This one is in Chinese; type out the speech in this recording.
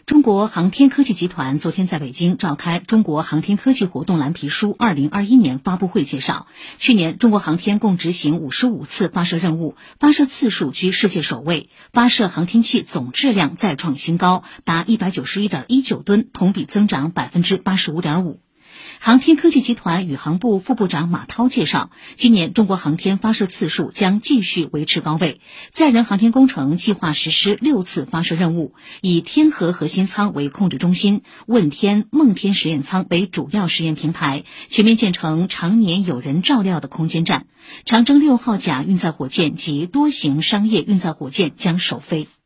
中国航天科技集团昨天在北京召开中国航天科技活动蓝皮书2021年发布会，介绍，去年中国航天共执行55次发射任务，发射次数居世界首位，发射航天器总质量再创新高，达191.19吨，同比增长85.5%。航天科技集团宇航部副部长马涛介绍，今年中国航天发射次数将继续维持高位，载人航天工程计划实施6次发射任务，以天河核心舱为控制中心，问天、梦天实验舱为主要实验平台，全面建成常年有人照料的空间站。长征6号甲运载火箭及多型商业运载火箭将首飞。